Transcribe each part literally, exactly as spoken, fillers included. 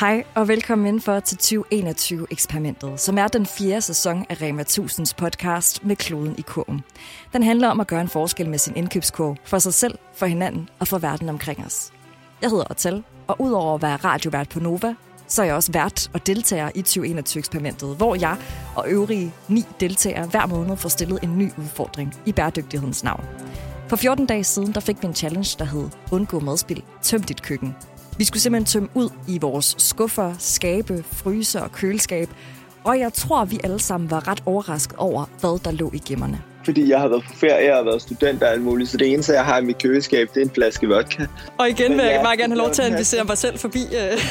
Hej og velkommen indenfor til tyve enogtyve-eksperimentet, som er den fjerde sæson af Rema tusind's podcast med kloden i kurven. Den handler om at gøre en forskel med sin indkøbskurv for sig selv, for hinanden og for verden omkring os. Jeg hedder Otal, og udover at være radiovært på Nova, så er jeg også vært og deltager i tyve enogtyve-eksperimentet, hvor jeg og øvrige ni deltagere hver måned får stillet en ny udfordring i bæredygtighedens navn. For fjorten dage siden der fik vi en challenge, der hed Undgå madspild, tøm dit køkken. Vi skulle simpelthen tømme ud i vores skuffer, skabe, fryser og køleskab, og jeg tror, vi alle sammen var ret overrasket over, hvad der lå i gemmerne. Fordi jeg har været på ferie, jeg har været student og alt muligt, så det eneste, jeg har i mit køleskab, det er en flaske vodka. Og igen vil jeg meget gerne have lov til at invitere mig selv forbi.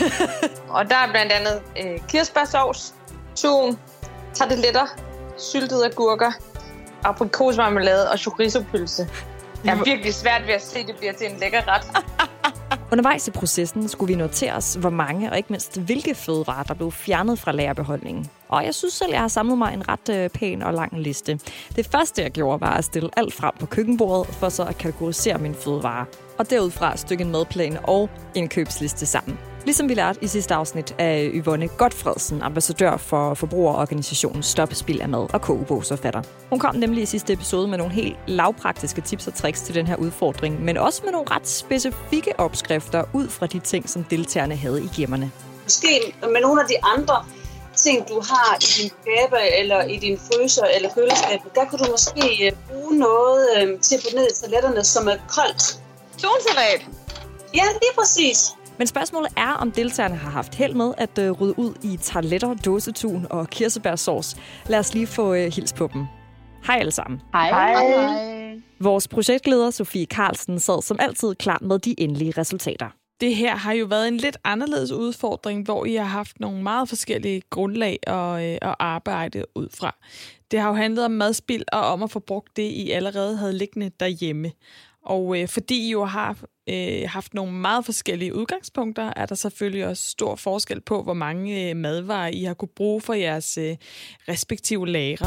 Og der er blandt andet øh, kirsebærsovs, tun, tarteletter, syltede agurker, aprikosmarmelade og chorizo-pølse. Jeg er virkelig svært ved at se, at det bliver til en lækker ret. Undervejs i processen skulle vi notere os, hvor mange og ikke mindst hvilke fødevarer, der blev fjernet fra lagerbeholdningen. Og jeg synes selv, jeg har samlet mig en ret øh, pæn og lang liste. Det første, jeg gjorde, var at stille alt frem på køkkenbordet, for så at kategorisere mine fødevarer. Og derudfra stykke en madplan og en købsliste sammen. Ligesom vi lærte i sidste afsnit af Yvonne Godfredsen, ambassadør for forbrugerorganisationen Stop Spild af Mad og kogebogsforfatter. Hun kom nemlig i sidste episode med nogle helt lavpraktiske tips og tricks til den her udfordring, men også med nogle ret specifikke opskrifter ud fra de ting, som deltagerne havde i gemmerne. Måske med nogle af de andre ting, du har i din skabe eller i din fryser eller køleskab, der kan du måske bruge noget øh, til at få ned i toiletterne, som er koldt. Tunsalat! Ja, lige præcis. Men spørgsmålet er, om deltagerne har haft held med at øh, rydde ud i tarteletter, dåsetun og kirsebærsauce. Lad os lige få øh, hils på dem. Hej alle sammen. Hej. Hej. Vores projektleder, Sofie Carlsen, sad som altid klar med de endelige resultater. Det her har jo været en lidt anderledes udfordring, hvor I har haft nogle meget forskellige grundlag at, øh, at arbejde ud fra. Det har jo handlet om madspild og om at få brugt det, I allerede havde liggende derhjemme. Og øh, fordi I jo har øh, haft nogle meget forskellige udgangspunkter, er der selvfølgelig også stor forskel på, hvor mange øh, madvarer I har kunne bruge for jeres øh, respektive lagre.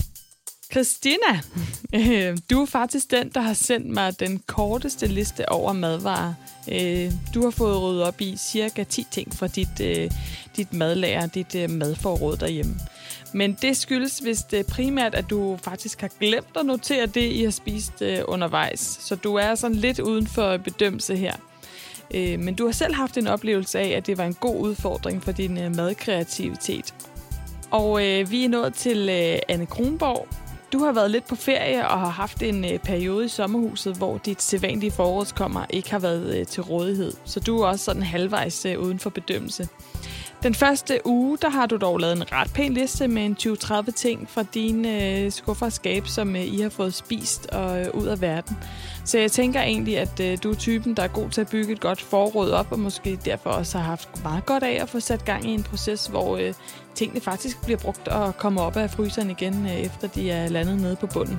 Christina, øh, du er faktisk den, der har sendt mig den korteste liste over madvarer. Øh, du har fået ryddet op i cirka ti ting fra dit, øh, dit madlager, dit øh, madforråd derhjemme. Men det skyldes vist primært, at du faktisk har glemt at notere det, I har spist øh, undervejs. Så du er sådan lidt uden for bedømmelse her. Øh, men du har selv haft en oplevelse af, at det var en god udfordring for din øh, madkreativitet. Og øh, vi er nået til øh, Anne Kronborg. Du har været lidt på ferie og har haft en øh, periode i sommerhuset, hvor dit sædvanlige forrådskommer ikke har været øh, til rådighed. Så du er også sådan halvvejs øh, uden for bedømmelse. Den første uge, der har du dog lavet en ret pæn liste med en tyve til tredive ting fra dine øh, skuffer og skab, som øh, I har fået spist og øh, ud af verden. Så jeg tænker egentlig, at øh, du er typen, der er god til at bygge et godt forråd op, og måske derfor også har haft meget godt af at få sat gang i en proces, hvor øh, tingene faktisk bliver brugt og kommer op af fryseren igen, øh, efter de er landet nede på bunden.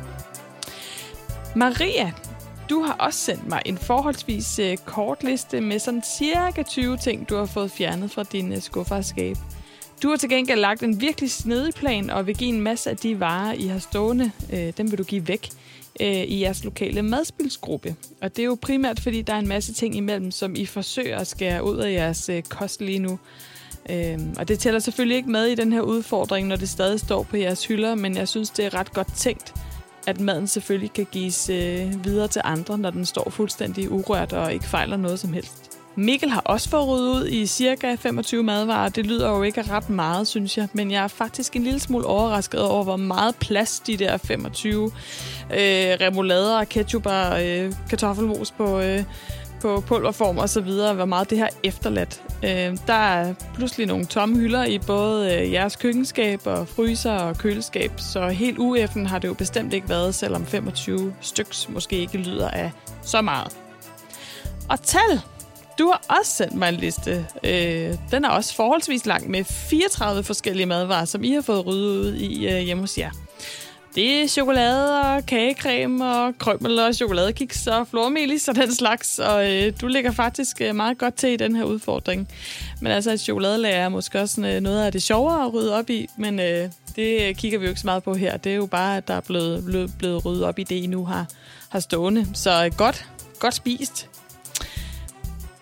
Maria, du har også sendt mig en forholdsvis øh, kort liste med sådan cirka tyve ting, du har fået fjernet fra din øh, skuffer og skab. Du har til gengæld lagt en virkelig snedig plan og vil give en masse af de varer, I har stående, øh, dem vil du give væk øh, i jeres lokale madspildsgruppe. Og det er jo primært, fordi der er en masse ting imellem, som I forsøger at skære ud af jeres øh, kost lige nu. Øh, og det tæller selvfølgelig ikke med i den her udfordring, når det stadig står på jeres hylder, men jeg synes, det er ret godt tænkt, at maden selvfølgelig kan gives øh, videre til andre, når den står fuldstændig urørt og ikke fejler noget som helst. Mikkel har også fået ryddet ud i cirka femogtyve madvarer. Det lyder jo ikke ret meget, synes jeg, men jeg er faktisk en lille smule overrasket over, hvor meget plads de der femogtyve øh, remoulader og ketchup og øh, kartoffelmos på, øh, på pulverform og så videre, hvor meget det har efterladt. Øh, der er pludselig nogle tomme hylder i både øh, jeres køkkenskab og fryser og køleskab, så helt ueffen har det jo bestemt ikke været, selvom femogtyve styks måske ikke lyder af så meget. Og tal! Du har også sendt mig en liste. Øh, den er også forholdsvis lang med fireogtredive forskellige madvarer, som I har fået ryddet ud i øh, hjemme hos jer. Det er chokolade og kagecreme og krømmel og chokoladekiks og flormelis og den slags, og øh, du ligger faktisk øh, meget godt til i den her udfordring. Men altså, et chokoladelager er måske også øh, noget af det sjovere at rydde op i, men øh, det kigger vi jo ikke så meget på her. Det er jo bare, at der er blevet, blevet, blevet ryddet op i det, I nu har, har stående. Så øh, godt, godt spist.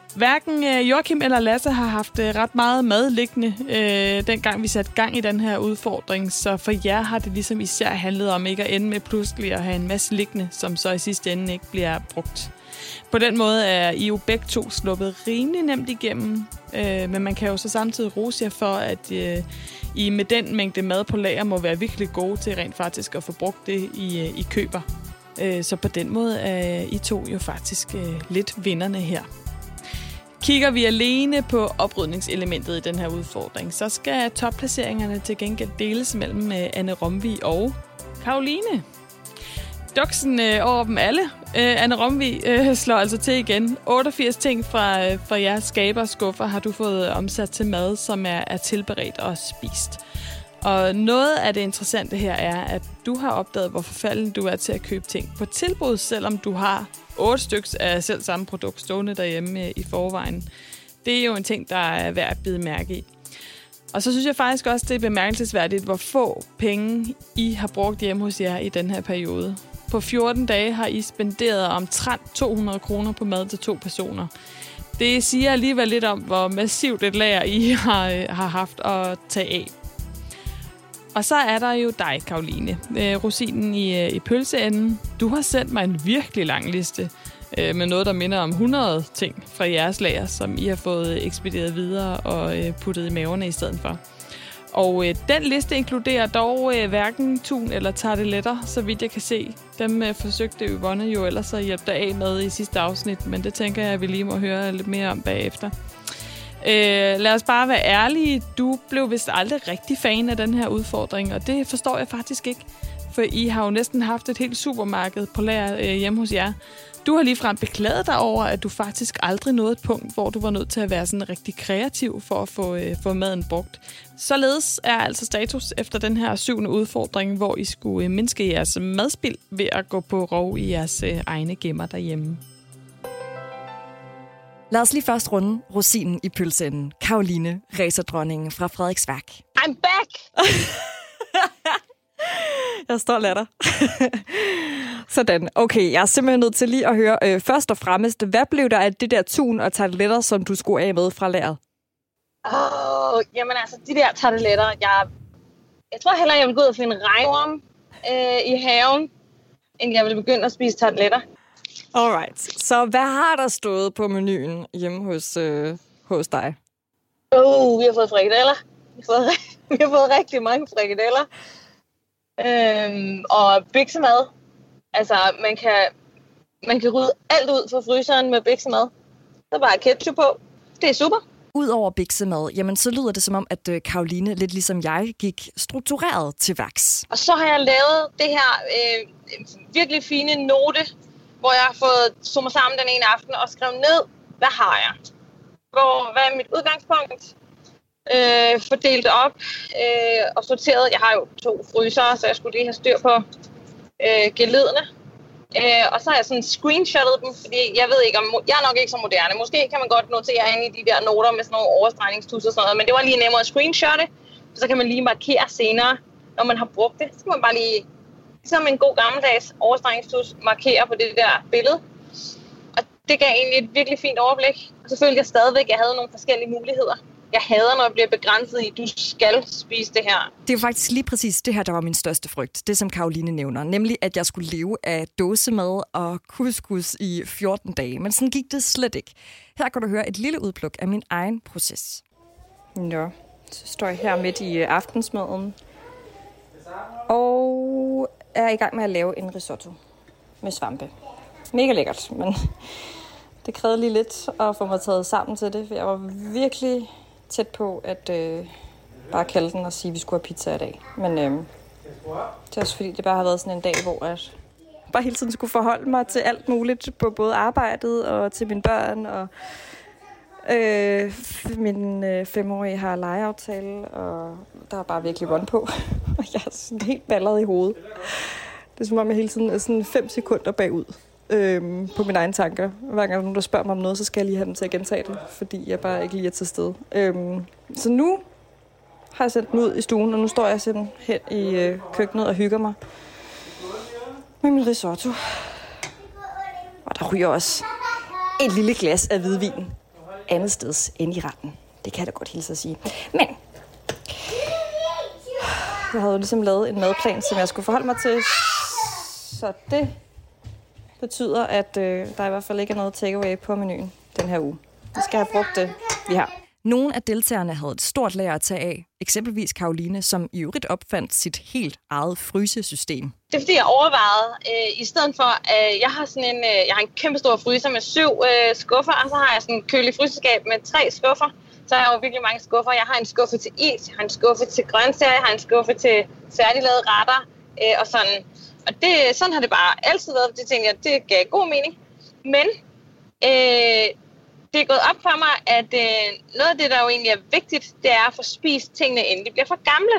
Hverken øh, Joachim eller Lasse har haft øh, ret meget mad liggende, øh, dengang vi satte gang i den her udfordring. Så for jer har det ligesom især handlet om ikke at ende med pludselig at have en masse liggende, som så i sidste ende ikke bliver brugt. På den måde er I jo begge to sluppet rimelig nemt igennem, øh, men man kan jo så samtidig rose jer for, at øh, I med den mængde mad på lager må være virkelig gode til rent faktisk at få brugt det, I, øh, I køber. Øh, så på den måde er I to jo faktisk øh, lidt vinderne her. Kigger vi alene på oprydningselementet i den her udfordring, så skal topplaceringerne til gengæld deles mellem øh, Anne Romvig og Karoline. Duksen øh, over dem alle. Øh, Anne Romvig øh, slår altså til igen. otteogfirs ting fra, øh, fra jeres skaber og skuffer har du fået omsat til mad, som er, er tilberedt og spist. Og noget af det interessante her er, at du har opdaget, hvor forfalden du er til at købe ting på tilbud, selvom du har otte stykker af selv samme produkt stående derhjemme i forvejen. Det er jo en ting, der er værd at bide mærke i. Og så synes jeg faktisk også, det er bemærkelsesværdigt, hvor få penge I har brugt hjemme hos jer i den her periode. På fjorten dage har I spenderet omtrent to hundrede kroner på mad til to personer. Det siger alligevel lidt om, hvor massivt et lager I har, har haft at tage af. Og så er der jo dig, Karoline. Øh, rosinen i, i pølseenden. Du har sendt mig en virkelig lang liste øh, med noget, der minder om hundrede ting fra jeres lager, som I har fået ekspederet videre og øh, puttet i maverne i stedet for. Og øh, den liste inkluderer dog øh, hverken tun eller tarteletter, så vidt jeg kan se. Dem øh, forsøgte Yvonne jo ellers at hjælpe dig af med i sidste afsnit, men det tænker jeg, at vi lige må høre lidt mere om bagefter. Øh, lad os bare være ærlige. Du blev vist aldrig rigtig fan af den her udfordring, og det forstår jeg faktisk ikke. For I har jo næsten haft et helt supermarked på lager øh, hjemme hos jer. Du har ligefrem beklaget dig over, at du faktisk aldrig nåede et punkt, hvor du var nødt til at være sådan rigtig kreativ for at få, øh, få maden brugt. Således er altså status efter den her syvende udfordring, hvor I skulle øh, mindske jeres madspild ved at gå på rov i jeres øh, egne gemmer derhjemme. Lad os lige først runde rosinen i pølseenden. Karoline, racerdronningen fra Frederiksværk. I'm back! Jeg står latter. Sådan. Okay, jeg er simpelthen nødt til lige at høre øh, først og fremmest, hvad blev der af det der tun og tarteletter, som du skulle af med fra lageret? Åh, oh, jamen altså, de der tarteletter, jeg, jeg tror hellere, jeg vil gå ud og finde regnorm øh, i haven, end jeg vil begynde at spise tarteletter. Alright. Så hvad har der stået på menuen hjemme hos, øh, hos dig? Oh, vi har fået frikadeller. Vi har fået, vi har fået rigtig mange frikadeller. Øhm, og biksemad. Altså, man kan, man kan rydde alt ud fra fryseren med biksemad. Så bare ketchup på. Det er super. Udover biksemad, jamen så lyder det som om, at øh, Karoline, lidt ligesom jeg, gik struktureret til værks. Og så har jeg lavet det her øh, virkelig fine note, hvor jeg har fået tog mig sammen den ene aften og skrevet ned, hvad har jeg? Hvor, hvad er mit udgangspunkt? Øh, fordelt op øh, og sorteret. Jeg har jo to frysere, så jeg skulle lige have styr på øh, geledene. Øh, og så har jeg sådan screenshottet dem, fordi jeg ved ikke om, jeg er nok ikke så moderne. Måske kan man godt notere inde i de der noter med sådan nogle overstregningstus og sådan noget, men det var lige nemmere at screenshotte, så kan man lige markere senere, når man har brugt det. Så kan man bare lige, ligesom en god gammeldags overstregningstus, markere på det der billede. Og det gav egentlig et virkelig fint overblik. Og så følte jeg stadigvæk, at jeg havde nogle forskellige muligheder. Jeg hader, når jeg bliver begrænset i, du skal spise det her. Det er jo faktisk lige præcis det her, der var min største frygt. Det, som Karoline nævner. Nemlig, at jeg skulle leve af dåsemad og couscous i fjorten dage. Men sådan gik det slet ikke. Her kan du høre et lille udpluk af min egen proces. Nå, så står jeg her midt i aftensmaden. Og er i gang med at lave en risotto med svampe. Mega lækkert, men det krævede lige lidt at få mig taget sammen til det. Jeg var virkelig tæt på at øh, bare kalde den og sige, at vi skulle have pizza i dag. Men øh, det er også fordi, det bare har været sådan en dag, hvor jeg bare hele tiden skulle forholde mig til alt muligt på både arbejdet og til mine børn. Og øh, min øh, femårige har legeaftale, og der er bare virkelig run på. Og jeg er sådan helt balleret i hovedet. Det er som om, jeg hele tiden er sådan fem sekunder bagud. Øhm, på mine egne tanker. Hver gang nogen, der spørger mig om noget, så skal jeg lige have dem til at gentage det, fordi jeg bare ikke lige er til stede. Øhm, så nu har jeg sendt den ud i stuen, og nu står jeg simpelthen i øh, køkkenet og hygger mig med min risotto. Og der ryger også et lille glas af hvidvin andet sted end i retten. Det kan jeg da godt hilse at sige. Men jeg havde jo ligesom lavet en madplan, som jeg skulle forholde mig til. Så det betyder, at øh, der i hvert fald ikke er noget takeaway på menuen den her uge. Vi skal have brugt det, vi har. Nogle af deltagerne havde et stort lager at tage af. Eksempelvis Karoline, som i øvrigt opfandt sit helt eget frysesystem. Det er fordi, jeg overvejede, øh, i stedet for, at øh, jeg har sådan en, øh, jeg har en kæmpe stor fryser med syv øh, skuffer, og så har jeg sådan en kølig fryseskab med tre skuffer. Så har jeg jo virkelig mange skuffer. Jeg har en skuffe til is, jeg har en skuffe til grøntsager, jeg har en skuffe til færdiglavede retter øh, og sådan. Og det, sådan har det bare altid været. Det tænkte jeg, det gav god mening. Men øh, det er gået op for mig, at øh, noget af det, der jo egentlig er vigtigt, det er at få spist tingene, inden de bliver for gamle.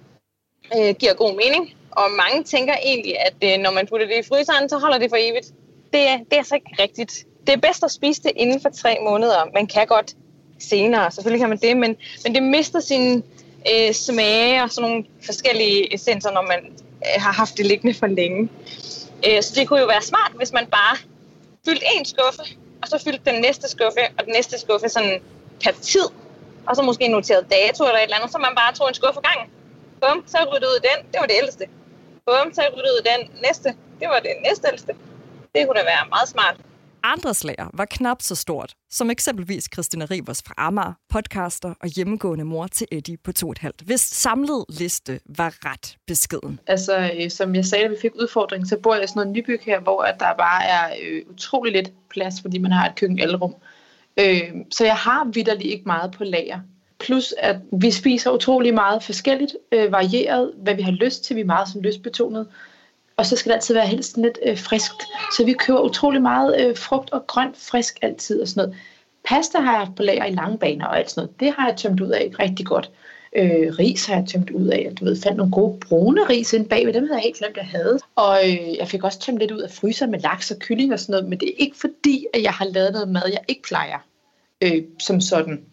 Øh, giver god mening. Og mange tænker egentlig, at øh, når man putter det i fryseren, så holder det for evigt. Det, det er så ikke rigtigt. Det er bedst at spise det inden for tre måneder. Man kan godt senere, selvfølgelig kan man det, men, men det mister sine øh, smage og sådan nogle forskellige essenser, når man øh, har haft det liggende for længe. Øh, så det kunne jo være smart, hvis man bare fyldte en skuffe, og så fyldte den næste skuffe, og den næste skuffe sådan per tid, og så måske noteret dato eller et eller andet, så man bare tog en skuffe gangen. Bum, så ryddede ud den, det var det ældste. Bum, så ryddede ud den næste, det var det næste ældste. Det kunne da være meget smart. Andres lager var knap så stort, som eksempelvis Christina Rivers fra Amager, podcaster og hjemmegående mor til Eddie på to og et halvt, hvis samlede liste var ret beskeden. Altså, øh, som jeg sagde, da vi fik udfordringen, så bor jeg i sådan noget nybyg her, hvor at der bare er øh, utrolig lidt plads, fordi man har et køkken-alrum. Øh, så jeg har vitterligt ikke meget på lager. Plus, at vi spiser utrolig meget forskelligt, øh, varieret, hvad vi har lyst til. Vi er meget sådan lystbetonet. Og så skal det altid være helst lidt øh, friskt. Så vi køber utrolig meget øh, frugt og grønt frisk altid og sådan noget. Pasta har jeg haft på lager i lange baner og alt sådan noget. Det har jeg tømt ud af rigtig godt. Øh, ris har jeg tømt ud af. Du ved, fandt nogle gode brune ris inde bagved. Dem havde jeg helt glemt, jeg havde. Og øh, jeg fik også tømt lidt ud af fryser med laks og kylling og sådan noget. Men det er ikke fordi, at jeg har lavet noget mad, jeg ikke plejer. Øh, som sådan.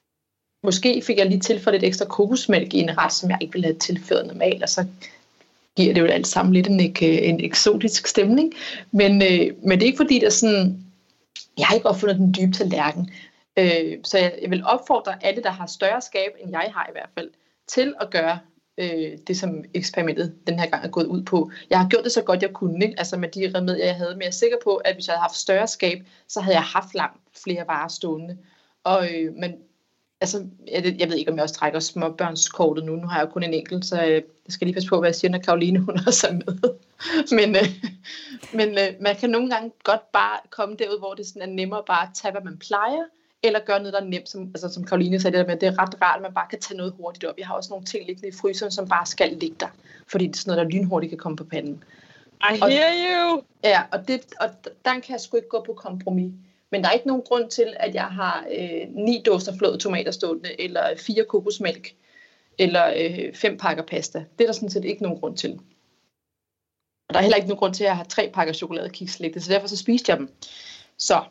Måske fik jeg lige tilført lidt ekstra kokosmælk i en ret, som jeg ikke ville have tilført normalt. Og så giver det jo alt sammen lidt en, en eksotisk stemning. Men, øh, men det er ikke fordi, der sådan, jeg har ikke opfundet den dybe tallerken. Øh, så jeg, jeg vil opfordre alle, der har større skab, end jeg har i hvert fald, til at gøre øh, det, som eksperimentet den her gang er gået ud på. Jeg har gjort det så godt, jeg kunne, ikke? Altså med de remedier, jeg havde. Men jeg er sikker på, at hvis jeg havde haft større skab, så havde jeg haft langt flere varer stående. Og, øh, men altså, jeg, jeg ved ikke, om jeg også trækker småbørnskortet nu. Nu har jeg jo kun en enkelt, så jeg skal lige passe på, hvad jeg siger, når Karoline hun også er med. men øh, men øh, man kan nogle gange godt bare komme derud, hvor det sådan er nemmere bare at tage, hvad man plejer, eller gøre noget, der er nemt, som, altså, som Karoline sagde, det, der med, det er ret rart, at man bare kan tage noget hurtigt op. Jeg har også nogle ting liggende i fryseren, som bare skal ligge der, fordi det er sådan noget, der lynhurtigt kan komme på panden. I og, hear you! Ja, og, det, og der kan jeg sgu ikke gå på kompromis. Men der er ikke nogen grund til, at jeg har øh, ni dåser flåede tomater stående, eller fire kokosmælk, eller øh, fem pakker pasta. Det er der sådan set ikke nogen grund til. Og der er heller ikke nogen grund til, at jeg har tre pakker chokoladekiks liggende, så derfor så spiste jeg dem. Så.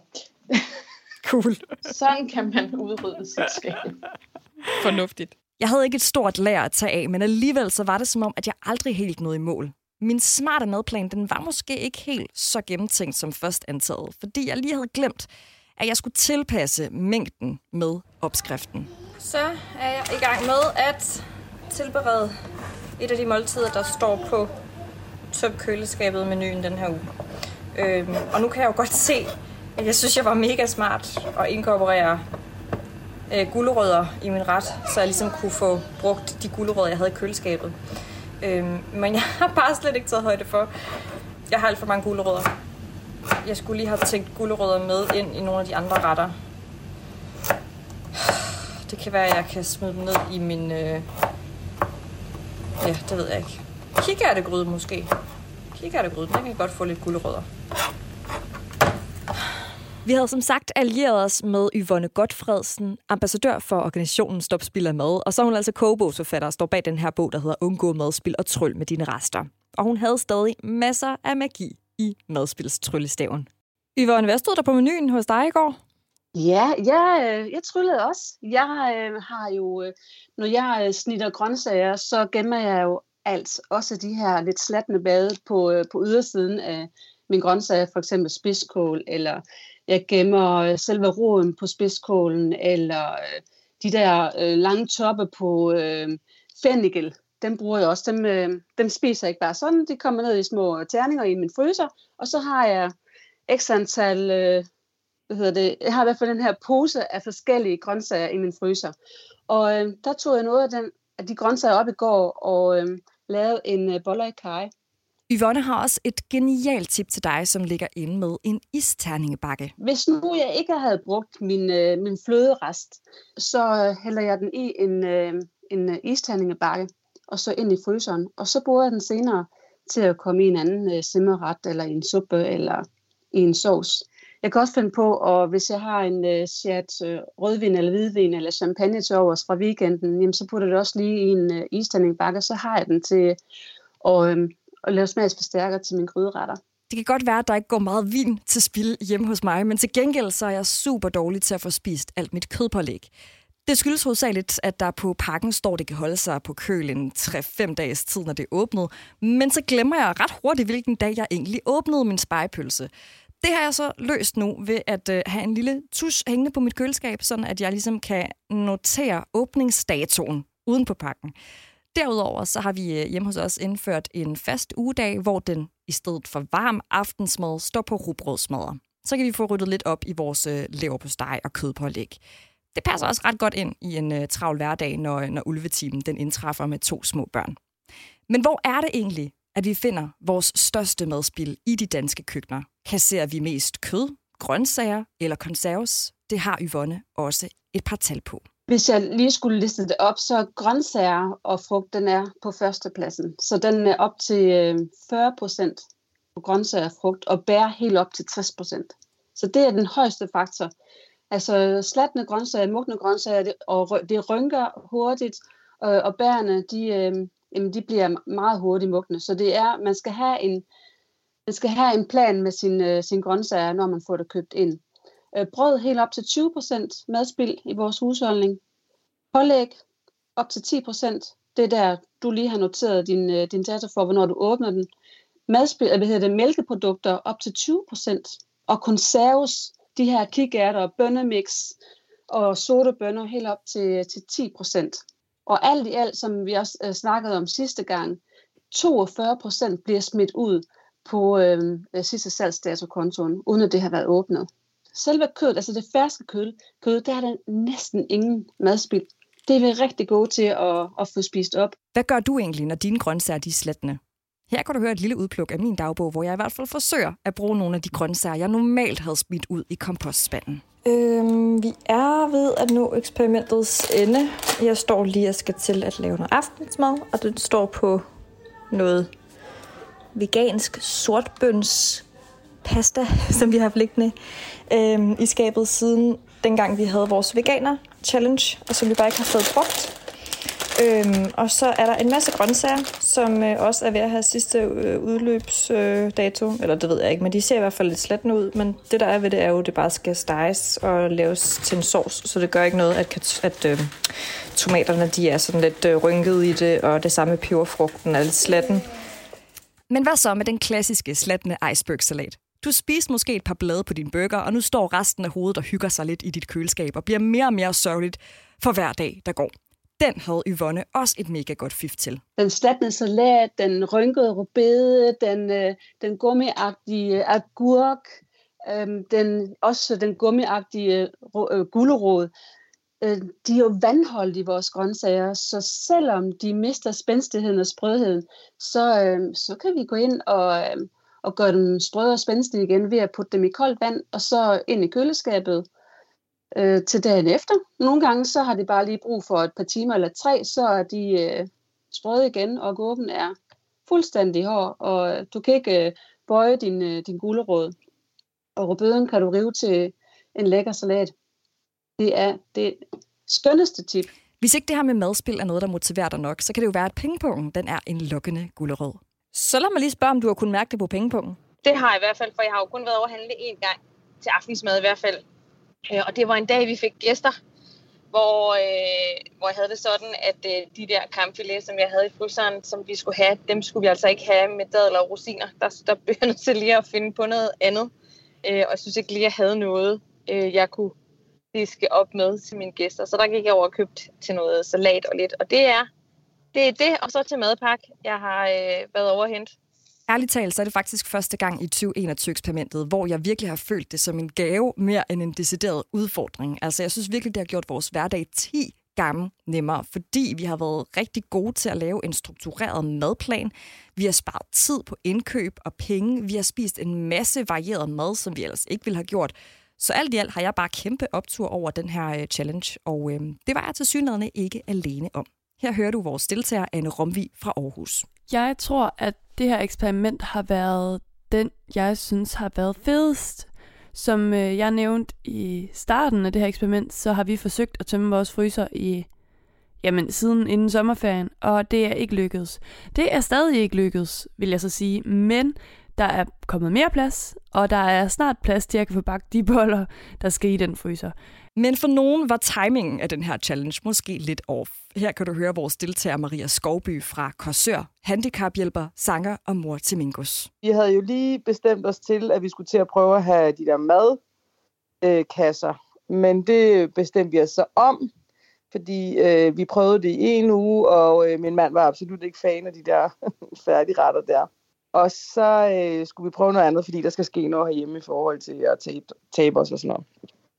Cool. Sådan kan man udrydde sit skab. Fornuftigt. Jeg havde ikke et stort lager at tage af, men alligevel så var det som om, at jeg aldrig helt nåede i mål. Min smarte madplan, den var måske ikke helt så gennemtænkt som først antaget, fordi jeg lige havde glemt, at jeg skulle tilpasse mængden med opskriften. Så er jeg i gang med at tilberede et af de måltider, der står på tøm køleskabet menuen den her uge. Øhm, og nu kan jeg jo godt se, at jeg synes, jeg var mega smart at inkorporere øh, gulerødder i min ret, så jeg ligesom kunne få brugt de gulerødder, jeg havde i køleskabet. Øhm, men jeg har bare slet ikke taget højde for. Jeg har alt for mange gulerødder. Jeg skulle lige have tænkt gulerødder med ind i nogle af de andre retter. Det kan være, at jeg kan smide dem ned i min... Øh... Ja, det ved jeg ikke. Kikærtegryde måske. Kikærtegryde, den kan godt få lidt gulerødder. Vi havde som sagt allieret os med Yvonne Godfredsen, ambassadør for organisationen Stop Spild af Mad, og så er hun altså kogebogsforfatter og står bag den her bog, der hedder Undgå madspild og tryl med dine rester. Og hun havde stadig masser af magi i madspildstryllestaven. Yvonne, hvad stod der på menuen hos dig i går? Ja, jeg, jeg tryllede også. Jeg øh, har jo, øh, når jeg øh, snitter grøntsager, så gemmer jeg jo alt. Også de her lidt slatne blade på, øh, på ydersiden af min grøntsager, for eksempel spidskål eller jeg gemmer selve roden på spidskålen, eller øh, de der øh, lange toppe på øh, fennikel. Dem bruger jeg også. Dem, øh, dem spiser jeg ikke bare sådan. De kommer ned i små terninger i min fryser, og så har jeg x antal, øh, hvad hedder det, jeg har i hvert fald den her pose af forskellige grøntsager i min fryser. Og øh, der tog jeg noget af, den, af de grøntsager op i går og øh, lavede en øh, boller i kaj. Yvonne har også et genialt tip til dig, som ligger inde med en isterningebakke. Hvis nu jeg ikke havde brugt min, øh, min fløderest, så hælder jeg den i en, øh, en isterningebakke, og så ind i fryseren. Og så bruger jeg den senere til at komme i en anden øh, simmerret, eller i en suppe, eller i en sovs. Jeg kan også finde på, og hvis jeg har en øh, chat øh, rødvin, eller hvidvin, eller champagne til overs fra weekenden, jamen, så putter jeg det også lige i en øh, isterningebakke, så har jeg den til at, øh, at lave smagsforstærker til mine gryderetter. Det kan godt være, at der ikke går meget vin til spil hjemme hos mig, men til gengæld så er jeg super dårlig til at få spist alt mit kødpålæg. Det skyldes hovedsageligt, at der på pakken står, det kan holde sig på køl en tre til fem dages tid, når det er åbnet. Men så glemmer jeg ret hurtigt, hvilken dag jeg egentlig åbnede min spegepølse. Det har jeg så løst nu ved at øh, have en lille tusch hængende på mit køleskab, sådan at jeg ligesom kan notere åbningsdatoen uden på pakken. Derudover så har vi hjemme hos os indført en fast ugedag, hvor den i stedet for varm aftensmad står på rugbrødsmadder. Så kan vi få ryddet lidt op i vores øh, leverpostej og kødpålæg. Det passer også ret godt ind i en uh, travl hverdag, når, når ulvetimen den indtræffer med to små børn. Men hvor er det egentlig, at vi finder vores største madspild i de danske køkkener? Kasserer vi mest kød, grøntsager eller konserves? Det har Yvonne også et par tal på. Hvis jeg lige skulle liste det op, så grøntsager og frugt, den er på førstepladsen. Så den er op til fyrre procent på grøntsager og frugt, og bær helt op til tres procent. Så det er den højeste faktor. Altså slatne grøntsager, mugne grøntsager, det, og det rynker hurtigt, øh, og bærene, de, øh, jamen, de bliver meget hurtigt mugne. Så det er, man skal have en, man skal have en plan med sin, øh, sin grøntsager, når man får det købt ind. Øh, brød helt op til tyve procent madspild i vores husholdning. Pålæg op til ti procent. Det er der, du lige har noteret din, øh, din dato for, hvornår du åbner den. Madspild, hvad hedder det, mælkeprodukter op til tyve procent. Og konserves, de her kikærter, bønnemix og sodabønner helt op til, til ti procent. Og alt i alt, som vi også øh, snakkede om sidste gang, toogfyrre procent bliver smidt ud på øh, sidste salgsdatokontoen, uden at det har været åbnet. Selve kød, altså det ferske kød, kød, der er der næsten ingen madspild. Det er vi rigtig gode til at, at få spist op. Hvad gør du egentlig, når dine grøntsager de er slatne? Her kan du høre et lille udpluk af min dagbog, hvor jeg i hvert fald forsøger at bruge nogle af de grøntsager, jeg normalt havde smidt ud i kompostspanden. Øhm, vi er ved at nå eksperimentets ende. Jeg står lige og skal til at lave noget aftensmad, og den står på noget vegansk sortbøns pasta, som vi har haft liggende øhm, i skabet siden dengang vi havde vores veganer challenge, og som vi bare ikke har fået brugt. Øhm, og så er der en masse grøntsager, som øh, også er ved at have sidste øh, udløbsdato. Øh, Eller det ved jeg ikke, men de ser i hvert fald lidt slatne ud. Men det der er ved det er jo, at det bare skal steges og laves til en sovs. Så det gør ikke noget, at, at øh, tomaterne de er sådan lidt øh, rynket i det, og det samme peberfrugten er lidt slatten. Men hvad så med den klassiske slatne icebergsalat? Du spiser måske et par blade på din burger, og nu står resten af hovedet og hygger sig lidt i dit køleskab og bliver mere og mere sørgeligt for hver dag, der går. Den havde Yvonne også et mega godt fif til. Den slatne salat, den rynkede rødbede, den, øh, den gummiagtige agurk, øh, den, også den gummiagtige øh, gulerod. Øh, de er jo vandholdige i vores grøntsager, så selvom de mister spændstigheden og sprødheden, så, øh, så kan vi gå ind og, øh, og gøre dem sprøde og spændstige igen ved at putte dem i koldt vand, og så ind i køleskabet øh, til dagen efter. Nogle gange så har de bare lige brug for et par timer eller tre, så er de øh, sprøde igen, og gurken er fuldstændig hård, og du kan ikke øh, bøje din, øh, din gulerod. Og rødbeden kan du rive til en lækker salat. Det er det skønneste tip. Hvis ikke det her med madspil er noget, der motiverer dig nok, så kan det jo være, at pengepunkten den er en lokkende gulerod. Så lad mig lige spørge, om du har kunnet mærke det på pengepunkten. Det har jeg i hvert fald, for jeg har jo kun været over at handle én gang til aftensmad i hvert fald. Og det var en dag, vi fik gæster, hvor, øh, hvor jeg havde det sådan, at øh, de der kampfilet, som jeg havde i fryseren, som vi skulle have, dem skulle vi altså ikke have med dadler og rosiner. Der, der blev jeg nødt til lige at finde på noget andet. Øh, og jeg synes ikke lige, jeg havde noget, øh, jeg kunne diske op med til mine gæster. Så der gik jeg over og købt til noget salat og lidt. Og det er det, er det og så til madpakke, jeg har øh, været overhent. Ærligt talt, så er det faktisk første gang i tyve enogtyve-eksperimentet, hvor jeg virkelig har følt det som en gave mere end en decideret udfordring. Altså, jeg synes virkelig, det har gjort vores hverdag ti gange nemmere, fordi vi har været rigtig gode til at lave en struktureret madplan. Vi har sparet tid på indkøb og penge. Vi har spist en masse varieret mad, som vi ellers ikke ville have gjort. Så alt i alt har jeg bare kæmpe optur over den her challenge, og øh, det var jeg tilsyneladende ikke alene om. Her hører du vores deltager, Anne Romvig fra Aarhus. Jeg tror, at det her eksperiment har været den, jeg synes har været fedest. Som øh, jeg nævnte i starten af det her eksperiment, så har vi forsøgt at tømme vores fryser i, jamen, siden inden sommerferien, og det er ikke lykkedes. Det er stadig ikke lykkedes, vil jeg så sige, men der er kommet mere plads, og der er snart plads til, at jeg kan få bagt de boller, der skal i den fryser. Men for nogen var timingen af den her challenge måske lidt off. Her kan du høre vores deltager Maria Skovby fra Korsør, handicaphjælper, sanger og mor til Mingus. Vi havde jo lige bestemt os til, at vi skulle til at prøve at have de der madkasser, men det bestemte vi os så om, fordi øh, vi prøvede det i en uge, og øh, min mand var absolut ikke fan af de der færdigretter der. Og så øh, skulle vi prøve noget andet, fordi der skal ske noget herhjemme i forhold til at tabe, tabe os og sådan noget.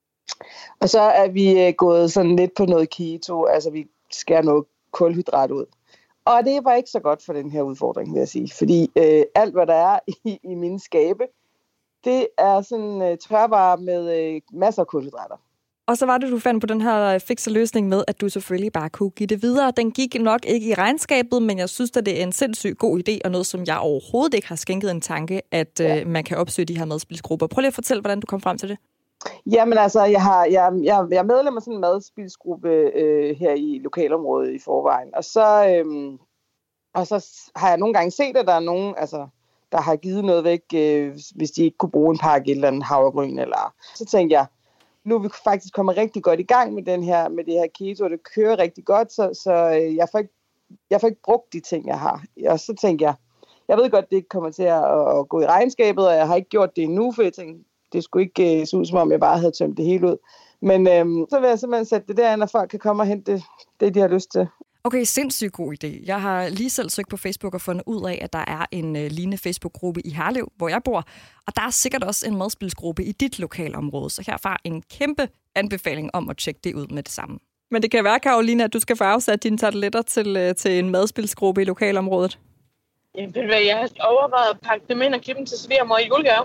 Og så er vi øh, gået sådan lidt på noget keto, altså vi skærer noget kulhydrat ud. Og det var ikke så godt for den her udfordring, vil jeg sige. Fordi øh, alt, hvad der er i, i mine skabe, det er sådan øh, tørvarer med øh, masser af kulhydrater. Og så var det, du fandt på den her fikse løsning med, at du selvfølgelig bare kunne give det videre. Den gik nok ikke i regnskabet, men jeg synes, at det er en sindssygt god idé, og noget, som jeg overhovedet ikke har skænket en tanke, at ja. øh, man kan opsøge de her madspilsgrupper. Prøv lige at fortælle, hvordan du kom frem til det. Jamen altså, jeg, har, jeg, jeg, jeg er medlem af sådan en madspilsgruppe øh, her i lokalområdet i forvejen. Og så, øh, og så har jeg nogle gange set, at der er nogen, altså, der har givet noget væk, øh, hvis de ikke kunne bruge en pakke et eller andet havregryn. Eller. Så tænkte jeg, nu er vi faktisk kommet rigtig godt i gang med, den her, med det her keto, og det kører rigtig godt, så, så øh, jeg, får ikke, jeg får ikke brugt de ting, jeg har. Og så tænkte jeg, jeg ved godt, det ikke kommer til at, at gå i regnskabet, og jeg har ikke gjort det endnu, for jeg tænkte, det skulle ikke uh, se ud, som om jeg bare havde tømt det hele ud. Men øhm, så vil jeg simpelthen sætte det derind, at folk kan komme og hente det, det, de har lyst til. Okay, sindssygt god idé. Jeg har lige selv søgt på Facebook og fundet ud af, at der er en uh, lignende Facebook-gruppe i Herlev, hvor jeg bor. Og der er sikkert også en madspilsgruppe i dit lokalområde. Så herfra en kæmpe anbefaling om at tjekke det ud med det samme. Men det kan være, Karoline, at du skal få afsat dine tarteletter til, uh, til en madspilsgruppe i lokalområdet. Jamen, ved du hvad, jeg har overvejet at pakke dem ind og give dem til svigermor i julegave.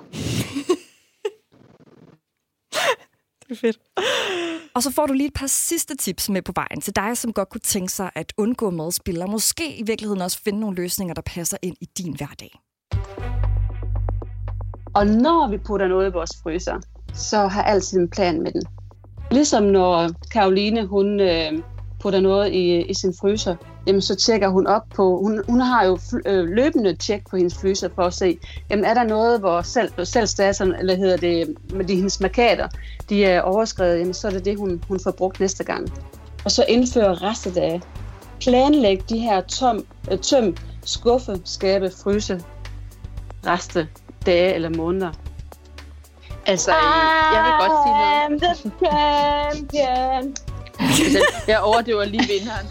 Det er fedt. Og så får du lige et par sidste tips med på vejen til dig, som godt kunne tænke sig at undgå madspil, og måske i virkeligheden også finde nogle løsninger, der passer ind i din hverdag. Og når vi putter noget i vores fryser, så har jeg altid en plan med den. Ligesom når Karoline, hun øh, putter noget i, i sin fryser, jamen så tjekker hun op på, hun, hun har jo øh, løbende tjek på hendes fryser for at se, jamen er der noget, hvor selv, selvstaterne, eller hedder det, med de hendes markader, de er overskrevet, jamen så er det det, hun, hun får brugt næste gang. Og så indføre restedage. Planlæg de her tom, øh, tøm, skuffe, skabe, fryse, reste, dage eller måneder. Altså, jeg vil godt sige noget. I'm the champion. Jeg overdøver lige vinderen.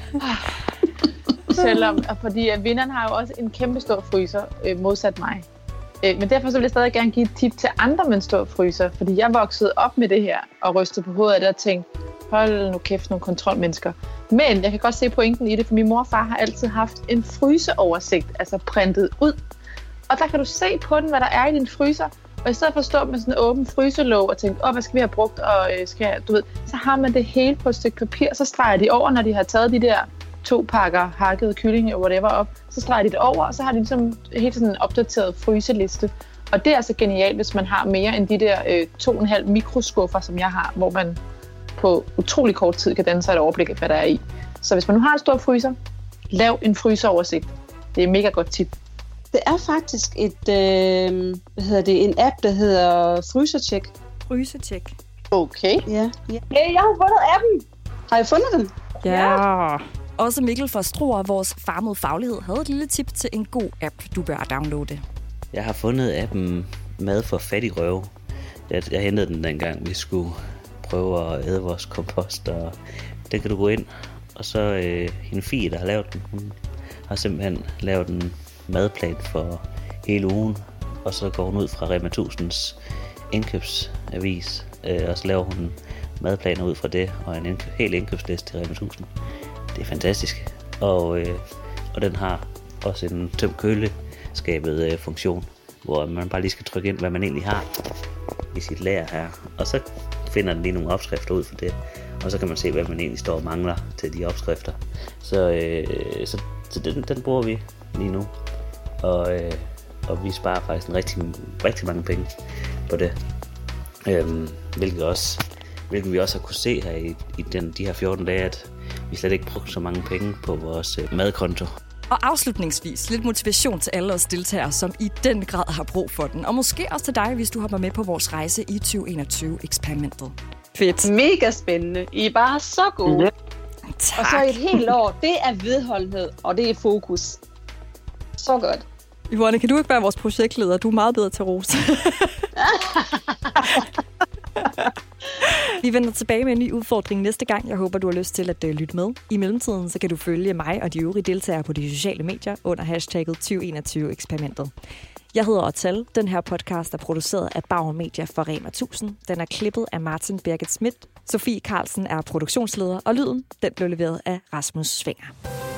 Selvom, fordi vinderen har jo også en kæmpe stor fryser, øh, modsat mig. Øh, men derfor så vil jeg stadig gerne give et tip til andre med en stor fryser, fordi jeg voksede op med det her og rystede på hovedet af det og tænkte, hold nu kæft, nogle kontrolmennsker. Men jeg kan godt se pointen i det, for min mor og far har altid haft en fryseoversigt, altså printet ud. Og der kan du se på den, hvad der er i din fryser. Og i stedet for at stå med sådan en åben fryselåg og tænke, åh, hvad skal vi have brugt, og øh, skal jeg, du ved, så har man det hele på et stykke papir, så streger de over, når de har taget de der to pakker hakket kylling eller whatever op, så streger de det over, og så har de ligesom helt sådan en opdateret fryseliste. Og det er altså genialt, hvis man har mere end de der øh, to og en halv mikroskuffer, som jeg har, hvor man på utrolig kort tid kan danne sig et overblik af, hvad der er i. Så hvis man nu har en stor fryser, lav en fryseoversigt. Det er et mega godt tip. Det er faktisk et, øh, hvad hedder det, en app, der hedder Frysertjek. Frysertjek. Okay. Ja. Ja. Hey, jeg har fundet appen. Har I fundet den? Ja. Også Mikkel fra Struer, vores far mod faglighed, havde et lille tip til en god app, du bør downloade. Jeg har fundet appen mad for fattigrøve. Jeg, jeg hentede den dengang, vi skulle prøve at æde vores kompost, og det kan du gå ind. Og så øh, hende Fie, der har lavet den, hun har simpelthen lavet en madplan for hele ugen, og så går hun ud fra Rema tusind's indkøbsavis, øh, og så laver hun madplaner ud fra det, og en indkøb, helt indkøbsliste til Rema tusind. Det er fantastisk, og, øh, og den har også en tøm køleskabet øh, funktion, hvor man bare lige skal trykke ind, hvad man egentlig har i sit lager her, og så finder den lige nogle opskrifter ud for det, og så kan man se, hvad man egentlig står og mangler til de opskrifter. Så, øh, så, så den, den bruger vi lige nu, og, øh, og vi sparer faktisk en rigtig, rigtig mange penge på det, øhm, hvilket, også, hvilket vi også har kunne se her i, i den, de her fjorten dage, at vi slet ikke brugte så mange penge på vores øh, madkonto. Og afslutningsvis lidt motivation til alle os deltagere, som i den grad har brug for den. Og måske også til dig, hvis du hopper med på vores rejse i tyve enogtyve-eksperimentet. Fedt. Mega spændende. I er bare så gode. Ja. Tak. Og så et helt år, det er vedholdenhed, og det er fokus. Så godt. Yvonne, kan du ikke være vores projektleder? Du er meget bedre til rose. Vi vender tilbage med en ny udfordring næste gang. Jeg håber, du har lyst til at uh, lytte med. I mellemtiden så kan du følge mig og de øvrige deltagere på de sociale medier under hashtagget tyve enogtyve-eksperimentet. Jeg hedder Otal. Den her podcast er produceret af Bauer Media for Rema tusind. Den er klippet af Martin Birgit Schmidt. Sofie Carlsen er produktionsleder, og lyden den blev leveret af Rasmus Svinger.